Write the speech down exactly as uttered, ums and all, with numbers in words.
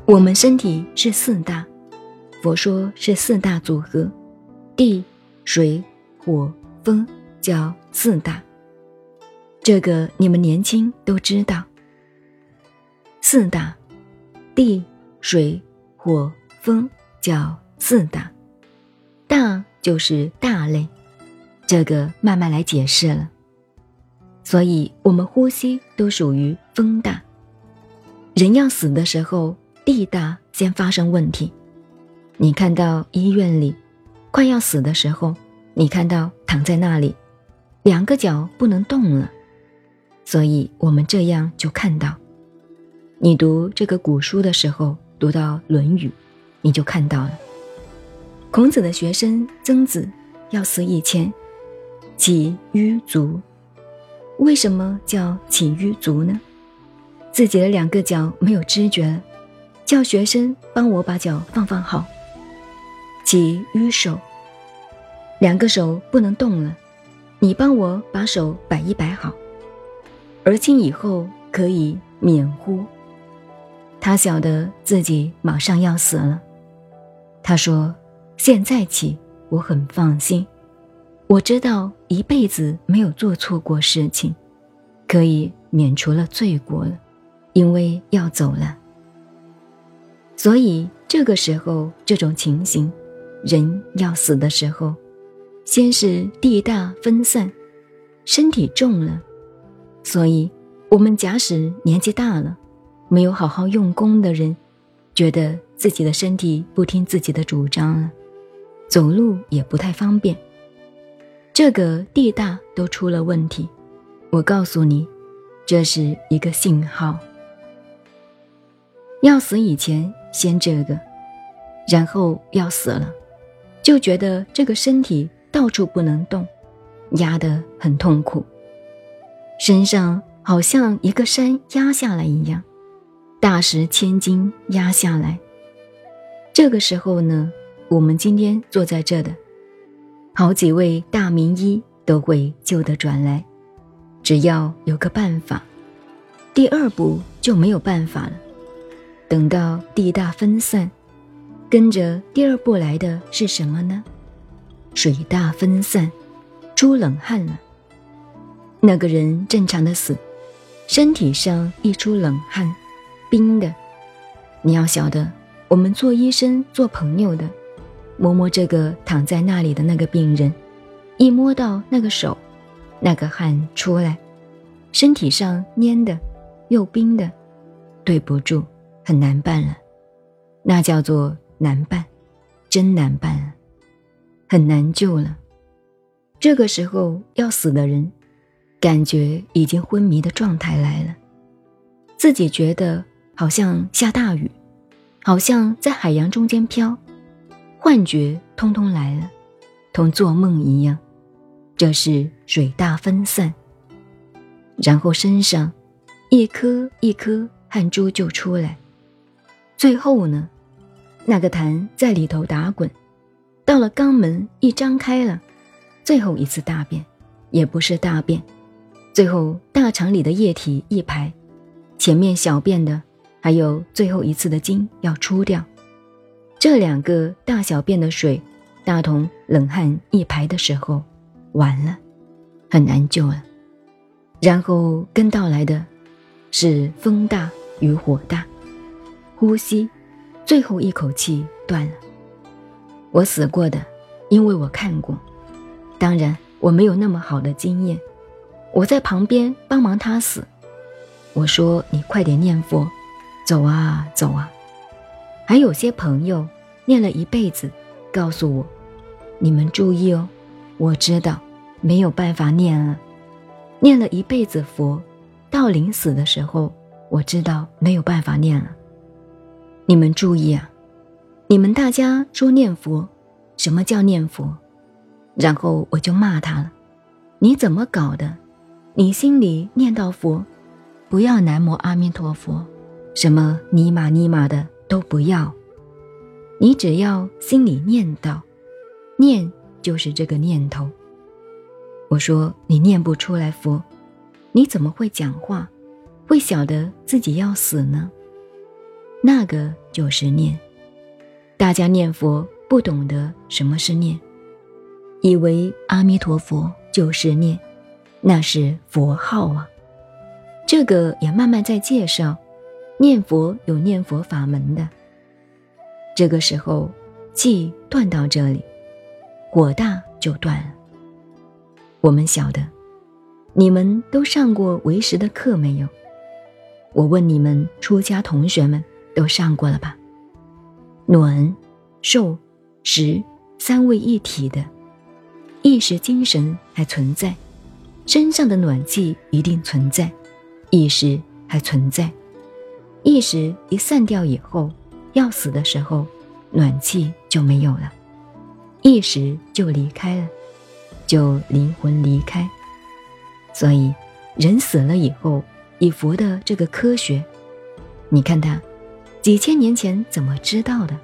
我们身体是四大，佛说是四大组合，地、水、火、风叫四大，这个你们年轻都知道。四大，地、水、火、风叫四大，大就是大类，这个慢慢来解释了。所以我们呼吸都属于风大。人要死的时候，地大先发生问题。你看到医院里快要死的时候，你看到躺在那里两个脚不能动了，所以我们这样就看到。你读这个古书的时候，读到论语，你就看到了孔子的学生曾子要死以前起于足。为什么叫起于足呢？自己的两个脚没有知觉了，叫学生帮我把脚放放好。起于手，两个手不能动了，你帮我把手摆一摆好。而今以后可以免乎。他晓得自己马上要死了，他说现在起我很放心，我知道一辈子没有做错过事情，可以免除了罪过了，因为要走了。所以这个时候这种情形，人要死的时候，先是地大分散，身体重了，所以我们假使年纪大了，没有好好用功的人，觉得自己的身体不听自己的主张了，走路也不太方便，这个地大都出了问题。我告诉你，这是一个信号。要死以前先这个，然后要死了，就觉得这个身体到处不能动，压得很痛苦，身上好像一个山压下来一样，大石千斤压下来。这个时候呢，我们今天坐在这的好几位大名医都会救得转来，只要有个办法，第二步就没有办法了。等到地大分散，跟着第二步来的是什么呢？水大分散，出冷汗了。那个人正常的死，身体上一出冷汗，冰的。你要晓得，我们做医生做朋友的，摸摸这个躺在那里的那个病人，一摸到那个手，那个汗出来，身体上粘的又冰的，对不住，很难办了，那叫做难办，真难办了，很难救了。这个时候要死的人，感觉已经昏迷的状态来了，自己觉得好像下大雨，好像在海洋中间飘，幻觉通通来了，同做梦一样，这是水大分散。然后身上一颗一颗汗珠就出来，最后呢，那个痰在里头打滚，到了肛门一张开了，最后一次大便，也不是大便，最后大肠里的液体一排，前面小便的还有最后一次的精要出掉，这两个大小便的水大同冷汗一排的时候，完了，很难救了。然后跟到来的是风大与火大，呼吸最后一口气断了。我死过的，因为我看过，当然我没有那么好的经验，我在旁边帮忙他死，我说你快点念佛，走啊走啊。还有些朋友念了一辈子，告诉我，你们注意哦，我知道没有办法念了，念了一辈子佛，到临死的时候，我知道没有办法念了。你们注意啊，你们大家说念佛，什么叫念佛？然后我就骂他了，你怎么搞的？你心里念到佛，不要南无阿弥陀佛，什么尼玛尼玛的都不要，你只要心里念到，念就是这个念头。我说你念不出来佛，你怎么会讲话，会晓得自己要死呢？ 那个就是念。大家念佛不懂得什么是念，以为阿弥陀佛就是念，那是佛号啊。这个也慢慢在介绍，念佛有念佛法门的。这个时候气断到这里，火大就断了。我们晓得，你们都上过唯识的课没有？我问你们出家同学们都上过了吧？暖、受、识三位一体的，意识精神还存在，身上的暖气一定存在，意识还存在。意识一散掉以后，要死的时候，暖气就没有了，意识就离开了，就灵魂离开。所以人死了以后，以佛的这个科学，你看他几千年前怎么知道的？